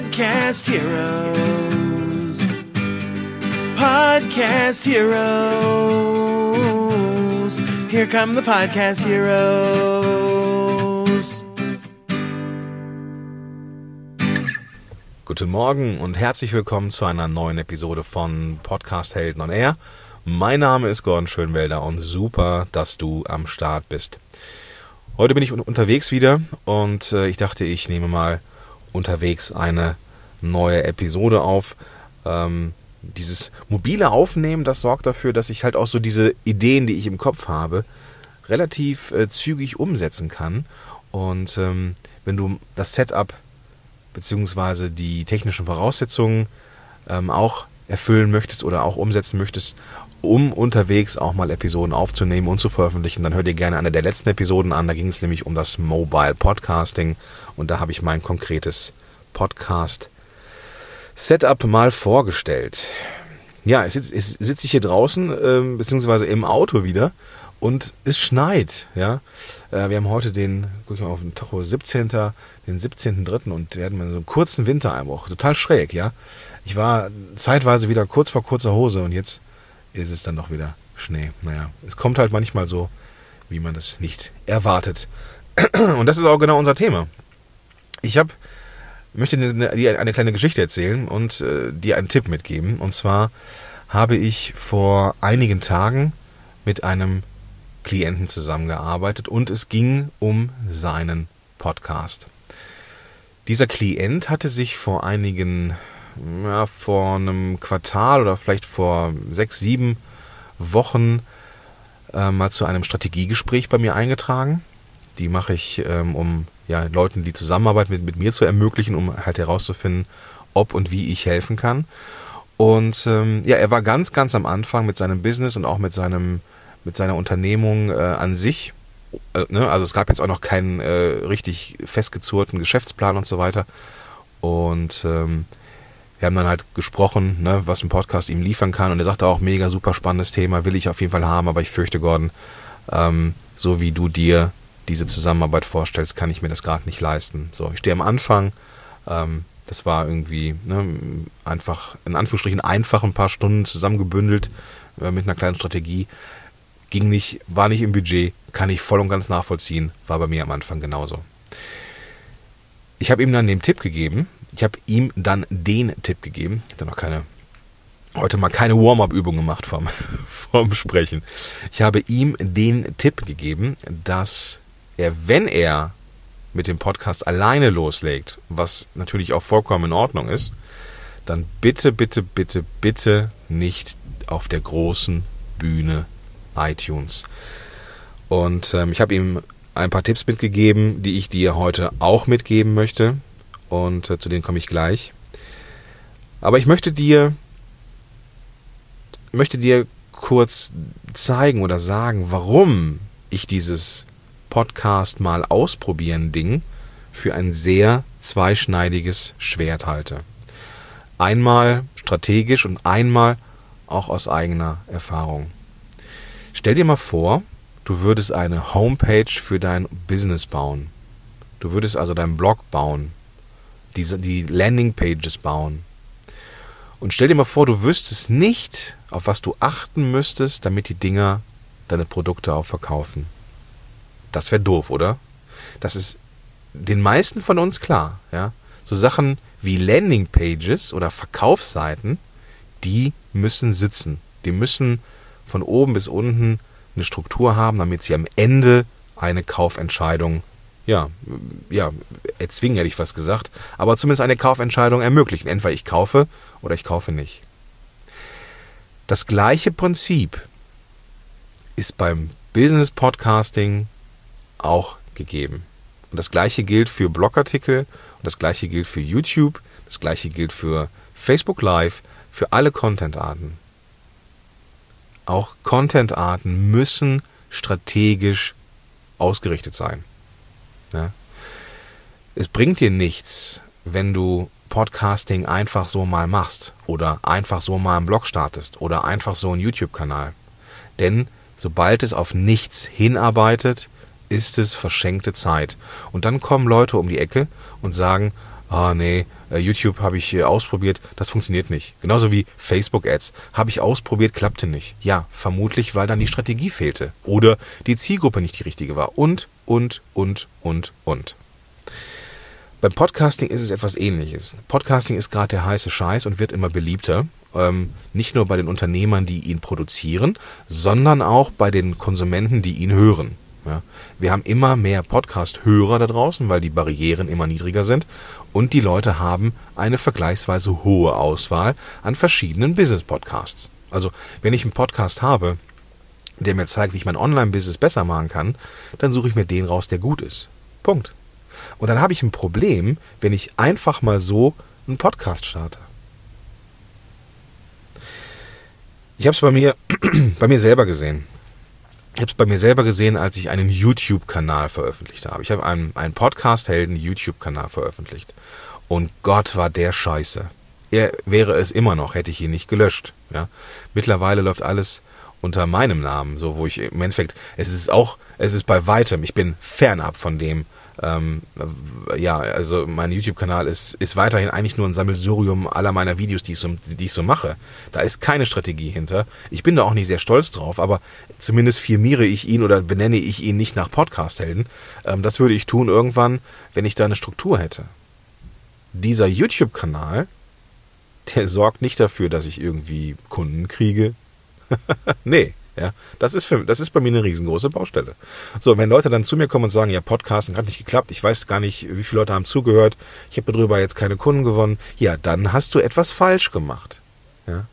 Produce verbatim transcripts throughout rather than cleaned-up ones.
Podcast Heroes. Podcast Heroes. Here come the Podcast Heroes. Guten Morgen und herzlich willkommen zu einer neuen Episode von Podcast Helden on Air. Mein Name ist Gordon Schönwelder und super, dass du am Start bist. Heute bin ich unterwegs wieder und äh, ich dachte, ich nehme mal unterwegs eine neue Episode auf. Ähm, dieses mobile Aufnehmen, das sorgt dafür, dass ich halt auch so diese Ideen, die ich im Kopf habe, relativ äh, zügig umsetzen kann. Und ähm, wenn du das Setup bzw. die technischen Voraussetzungen ähm, auch erfüllen möchtest oder auch umsetzen möchtest, um unterwegs auch mal Episoden aufzunehmen und zu veröffentlichen, dann hör dir gerne eine der letzten Episoden an. Da ging es nämlich um das Mobile Podcasting und da habe ich mein konkretes Podcast-Setup mal vorgestellt. Ja, jetzt sitze sitz ich hier draußen, äh, beziehungsweise im Auto wieder und es schneit. Ja, äh, wir haben heute den, guck ich mal auf den Tacho, siebzehnten den siebzehnten dritten und wir hatten so einen kurzen Wintereinbruch. Total schräg, ja. Ich war zeitweise wieder kurz vor kurzer Hose und jetzt ist es dann doch wieder Schnee. Naja, es kommt halt manchmal so, wie man es nicht erwartet. Und das ist auch genau unser Thema. Ich hab, möchte dir eine kleine Geschichte erzählen und äh, dir einen Tipp mitgeben. Und zwar habe ich vor einigen Tagen mit einem Klienten zusammengearbeitet und es ging um seinen Podcast. Dieser Klient hatte sich vor einigen Ja, vor einem Quartal oder vielleicht vor sechs, sieben Wochen äh, mal zu einem Strategiegespräch bei mir eingetragen. Die mache ich, ähm, um ja, Leuten die Zusammenarbeit mit, mit mir zu ermöglichen, um halt herauszufinden, ob und wie ich helfen kann. Und ähm, ja, er war ganz, ganz am Anfang mit seinem Business und auch mit seinem mit seiner Unternehmung äh, an sich. Äh, ne? Also es gab jetzt auch noch keinen äh, richtig festgezurrten Geschäftsplan und so weiter. Und ähm, wir haben dann halt gesprochen, ne, was ein Podcast ihm liefern kann. Und er sagte auch, mega super spannendes Thema, will ich auf jeden Fall haben. Aber ich fürchte, Gordon, ähm, so wie du dir diese Zusammenarbeit vorstellst, kann ich mir das gerade nicht leisten. So, ich stehe am Anfang. Ähm, das war irgendwie ne, einfach, in Anführungsstrichen einfach ein paar Stunden zusammengebündelt äh, mit einer kleinen Strategie. Ging nicht, war nicht im Budget, kann ich voll und ganz nachvollziehen. War bei mir am Anfang genauso. Ich habe ihm dann den Tipp gegeben, Ich habe ihm dann den Tipp gegeben. Ich habe noch keine, heute mal keine Warm-up-Übung gemacht vom, vom Sprechen. Ich habe ihm den Tipp gegeben, dass er, wenn er mit dem Podcast alleine loslegt, was natürlich auch vollkommen in Ordnung ist, dann bitte, bitte, bitte, bitte nicht auf der großen Bühne iTunes. Und ähm, ich habe ihm ein paar Tipps mitgegeben, die ich dir heute auch mitgeben möchte. Und äh, zu denen komme ich gleich. Aber ich möchte dir, möchte dir kurz zeigen oder sagen, warum ich dieses Podcast mal ausprobieren Ding für ein sehr zweischneidiges Schwert halte. Einmal strategisch und einmal auch aus eigener Erfahrung. Stell dir mal vor, du würdest eine Homepage für dein Business bauen. Du würdest also deinen Blog bauen. Diese, die Landingpages bauen. Und stell dir mal vor, du wüsstest nicht, auf was du achten müsstest, damit die Dinger deine Produkte auch verkaufen. Das wäre doof, oder? Das ist den meisten von uns klar. Ja? So Sachen wie Landingpages oder Verkaufsseiten, die müssen sitzen. Die müssen von oben bis unten eine Struktur haben, damit sie am Ende eine Kaufentscheidung Ja, ja, erzwingen hätte ich fast gesagt, aber zumindest eine Kaufentscheidung ermöglichen. Entweder ich kaufe oder ich kaufe nicht. Das gleiche Prinzip ist beim Business Podcasting auch gegeben. Und das gleiche gilt für Blogartikel und das gleiche gilt für YouTube, das gleiche gilt für Facebook Live, für alle Content-Arten. Auch Content-Arten müssen strategisch ausgerichtet sein. Ja. Es bringt dir nichts, wenn du Podcasting einfach so mal machst oder einfach so mal einen Blog startest oder einfach so einen YouTube-Kanal. Denn sobald es auf nichts hinarbeitet, ist es verschenkte Zeit. Und dann kommen Leute um die Ecke und sagen, ah nee, YouTube habe ich äh, ausprobiert, das funktioniert nicht. Genauso wie Facebook-Ads. Habe ich ausprobiert, klappte nicht. Ja, vermutlich, weil dann die Strategie fehlte. Oder die Zielgruppe nicht die richtige war. Und, und, und, und, und. Beim Podcasting ist es etwas Ähnliches. Podcasting ist gerade der heiße Scheiß und wird immer beliebter. Ähm, nicht nur bei den Unternehmern, die ihn produzieren, sondern auch bei den Konsumenten, die ihn hören. Ja, wir haben immer mehr Podcast-Hörer da draußen, weil die Barrieren immer niedriger sind und die Leute haben eine vergleichsweise hohe Auswahl an verschiedenen Business-Podcasts. Also wenn ich einen Podcast habe, der mir zeigt, wie ich mein Online-Business besser machen kann, dann suche ich mir den raus, der gut ist. Punkt. Und dann habe ich ein Problem, wenn ich einfach mal so einen Podcast starte. Ich habe es bei mir, bei mir selber gesehen. Ich habe es bei mir selber gesehen, als ich einen YouTube-Kanal veröffentlicht habe. Ich habe einen, einen Podcast-Helden-YouTube-Kanal veröffentlicht. Und Gott, war der scheiße. Er wäre es immer noch, hätte ich ihn nicht gelöscht. Ja? Mittlerweile läuft alles unter meinem Namen, so wo ich im Endeffekt, es ist auch, es ist bei weitem, ich bin fernab von dem, ähm, ja, also mein YouTube-Kanal ist, ist weiterhin eigentlich nur ein Sammelsurium aller meiner Videos, die ich, so, die ich so mache. Da ist keine Strategie hinter. Ich bin da auch nicht sehr stolz drauf, aber zumindest firmiere ich ihn oder benenne ich ihn nicht nach Podcast-Helden. Ähm, das würde ich tun irgendwann, wenn ich da eine Struktur hätte. Dieser YouTube-Kanal, der sorgt nicht dafür, dass ich irgendwie Kunden kriege. Nee, ja, das ist für, das ist bei mir eine riesengroße Baustelle. So, wenn Leute dann zu mir kommen und sagen, ja, Podcasten hat nicht geklappt, ich weiß gar nicht, wie viele Leute haben zugehört, ich habe darüber jetzt keine Kunden gewonnen, ja, dann hast du etwas falsch gemacht. Ja.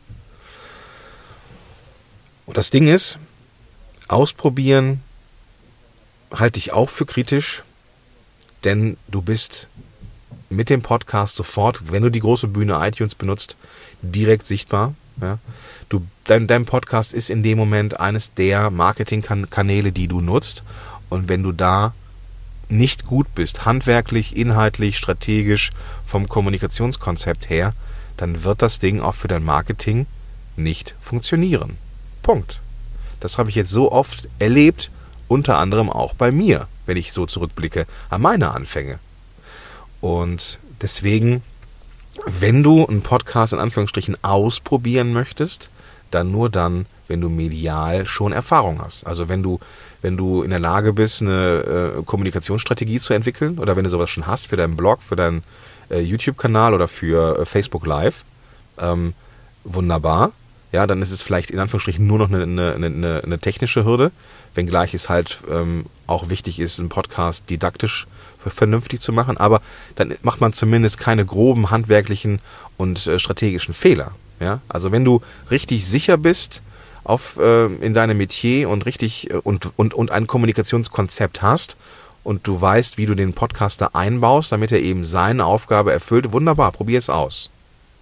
Und das Ding ist, ausprobieren halte ich auch für kritisch, denn du bist mit dem Podcast sofort, wenn du die große Bühne iTunes benutzt, direkt sichtbar. Ja. Du, dein, dein Podcast ist in dem Moment eines der Marketingkanäle, die du nutzt. Und wenn du da nicht gut bist, handwerklich, inhaltlich, strategisch, vom Kommunikationskonzept her, dann wird das Ding auch für dein Marketing nicht funktionieren. Punkt. Das habe ich jetzt so oft erlebt, unter anderem auch bei mir, wenn ich so zurückblicke an meine Anfänge. Und deswegen, wenn du einen Podcast in Anführungsstrichen ausprobieren möchtest, dann nur dann, wenn du medial schon Erfahrung hast. Also wenn du, wenn du in der Lage bist, eine äh, Kommunikationsstrategie zu entwickeln oder wenn du sowas schon hast für deinen Blog, für deinen äh, YouTube-Kanal oder für äh, Facebook Live, ähm, wunderbar. Ja, dann ist es vielleicht in Anführungsstrichen nur noch eine, eine, eine, eine technische Hürde, wenngleich es halt ähm, auch wichtig ist, einen Podcast didaktisch vernünftig zu machen, aber dann macht man zumindest keine groben handwerklichen und äh, strategischen Fehler. Ja? Also wenn du richtig sicher bist auf, äh, in deinem Metier und richtig äh, und, und, und ein Kommunikationskonzept hast und du weißt, wie du den Podcaster einbaust, damit er eben seine Aufgabe erfüllt, wunderbar, probier es aus.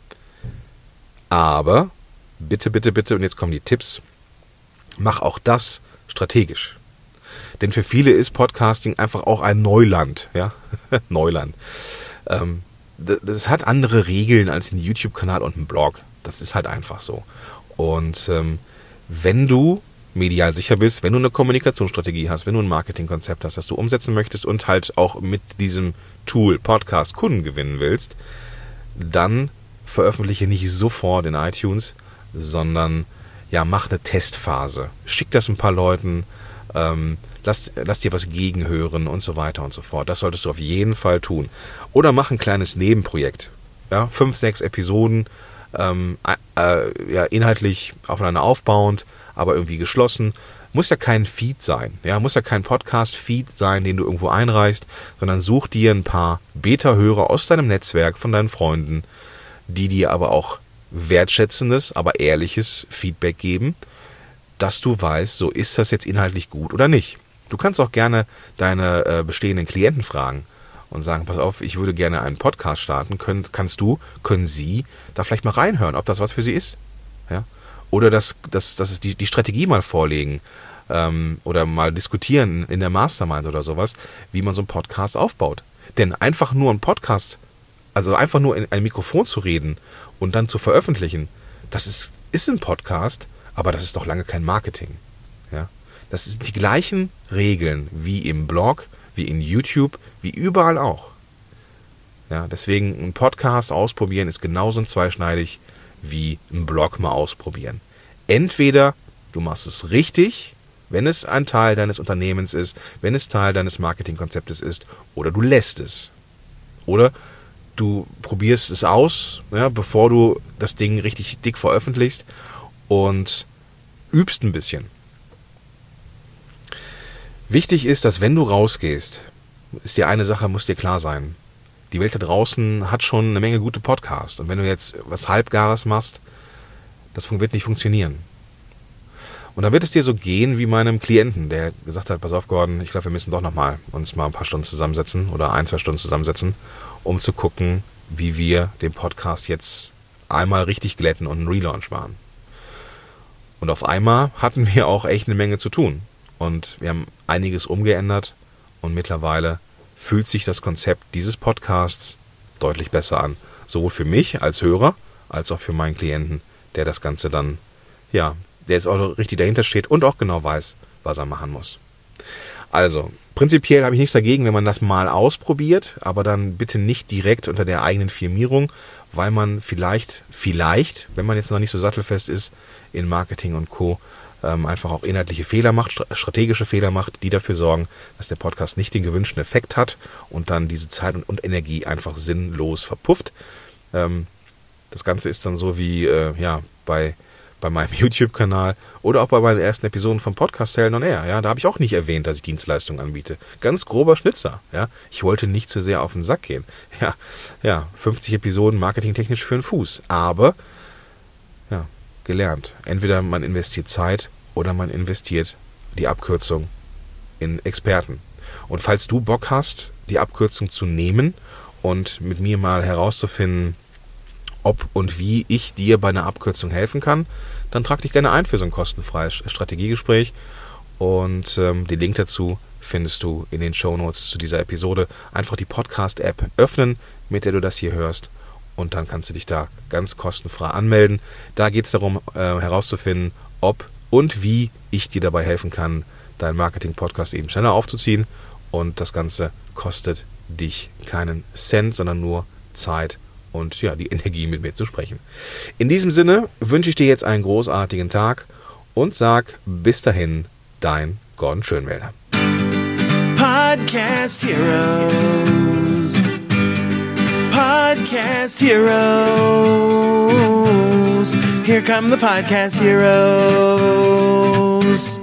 Aber bitte, bitte, bitte, und jetzt kommen die Tipps, mach auch das strategisch. Denn für viele ist Podcasting einfach auch ein Neuland. Ja? Neuland. Ähm, das, das hat andere Regeln als ein YouTube-Kanal und ein Blog. Das ist halt einfach so. Und ähm, wenn du medial sicher bist, wenn du eine Kommunikationsstrategie hast, wenn du ein Marketingkonzept hast, das du umsetzen möchtest und halt auch mit diesem Tool Podcast Kunden gewinnen willst, dann veröffentliche nicht sofort in iTunes, sondern ja, mach eine Testphase. Schick das ein paar Leuten, ähm, lass, lass dir was gegenhören und so weiter und so fort. Das solltest du auf jeden Fall tun. Oder mach ein kleines Nebenprojekt. Ja, fünf, sechs Episoden, ähm, äh, ja, inhaltlich aufeinander aufbauend, aber irgendwie geschlossen. Muss ja kein Feed sein. Ja, muss ja kein Podcast-Feed sein, den du irgendwo einreichst, sondern such dir ein paar Beta-Hörer aus deinem Netzwerk, von deinen Freunden, die dir aber auch wertschätzendes, aber ehrliches Feedback geben, dass du weißt, so ist das jetzt inhaltlich gut oder nicht. Du kannst auch gerne deine äh, bestehenden Klienten fragen und sagen, pass auf, ich würde gerne einen Podcast starten, können, kannst du, können sie da vielleicht mal reinhören, ob das was für sie ist. Ja? Oder dass das, das die, die Strategie mal vorlegen ähm, oder mal diskutieren in der Mastermind oder sowas, wie man so einen Podcast aufbaut. Denn einfach nur ein Podcast, also einfach nur in ein Mikrofon zu reden und dann zu veröffentlichen, das ist, ist ein Podcast, aber das ist doch lange kein Marketing. Ja? Das sind die gleichen Regeln wie im Blog, wie in YouTube, wie überall auch. Ja, deswegen ein Podcast ausprobieren ist genauso zweischneidig wie ein Blog mal ausprobieren. Entweder du machst es richtig, wenn es ein Teil deines Unternehmens ist, wenn es Teil deines Marketingkonzeptes ist, oder du lässt es. Oder du probierst es aus, ja, bevor du das Ding richtig dick veröffentlichst und übst ein bisschen. Wichtig ist, dass wenn du rausgehst, ist dir eine Sache, muss dir klar sein. Die Welt da draußen hat schon eine Menge gute Podcasts. Und wenn du jetzt was Halbgares machst, das wird nicht funktionieren. Und dann wird es dir so gehen wie meinem Klienten, der gesagt hat, pass auf Gordon, ich glaube, wir müssen doch nochmal uns mal ein paar Stunden zusammensetzen oder ein, zwei Stunden zusammensetzen, um zu gucken, wie wir den Podcast jetzt einmal richtig glätten und einen Relaunch machen. Und auf einmal hatten wir auch echt eine Menge zu tun. Und wir haben einiges umgeändert und mittlerweile fühlt sich das Konzept dieses Podcasts deutlich besser an. Sowohl für mich als Hörer, als auch für meinen Klienten, der das Ganze dann, ja, der jetzt auch richtig dahinter steht und auch genau weiß, was er machen muss. Also, prinzipiell habe ich nichts dagegen, wenn man das mal ausprobiert, aber dann bitte nicht direkt unter der eigenen Firmierung, weil man vielleicht, vielleicht, wenn man jetzt noch nicht so sattelfest ist in Marketing und Co., ähm, einfach auch inhaltliche Fehler macht, strategische Fehler macht, die dafür sorgen, dass der Podcast nicht den gewünschten Effekt hat und dann diese Zeit und, und Energie einfach sinnlos verpufft. Ähm, das Ganze ist dann so wie äh, ja bei bei meinem YouTube-Kanal oder auch bei meinen ersten Episoden vom Podcast Hell on Air. Ja, da habe ich auch nicht erwähnt, dass ich Dienstleistungen anbiete. Ganz grober Schnitzer. Ja, ich wollte nicht zu sehr auf den Sack gehen. Ja, ja, fünfzig Episoden marketingtechnisch für den Fuß. Aber, ja, gelernt. Entweder man investiert Zeit oder man investiert die Abkürzung in Experten. Und falls du Bock hast, die Abkürzung zu nehmen und mit mir mal herauszufinden, ob und wie ich dir bei einer Abkürzung helfen kann, dann trag dich gerne ein für so ein kostenfreies Strategiegespräch. Und ähm, den Link dazu findest du in den Shownotes zu dieser Episode. Einfach die Podcast-App öffnen, mit der du das hier hörst. Und dann kannst du dich da ganz kostenfrei anmelden. Da geht es darum, äh, herauszufinden, ob und wie ich dir dabei helfen kann, deinen Marketing-Podcast eben schneller aufzuziehen. Und das Ganze kostet dich keinen Cent, sondern nur Zeit und ja, die Energie, mit mir zu sprechen. In diesem Sinne wünsche ich dir jetzt einen großartigen Tag und sag bis dahin, dein Gordon Schönwälder. Podcast Heroes. Podcast Heroes. Here come the Podcast Heroes.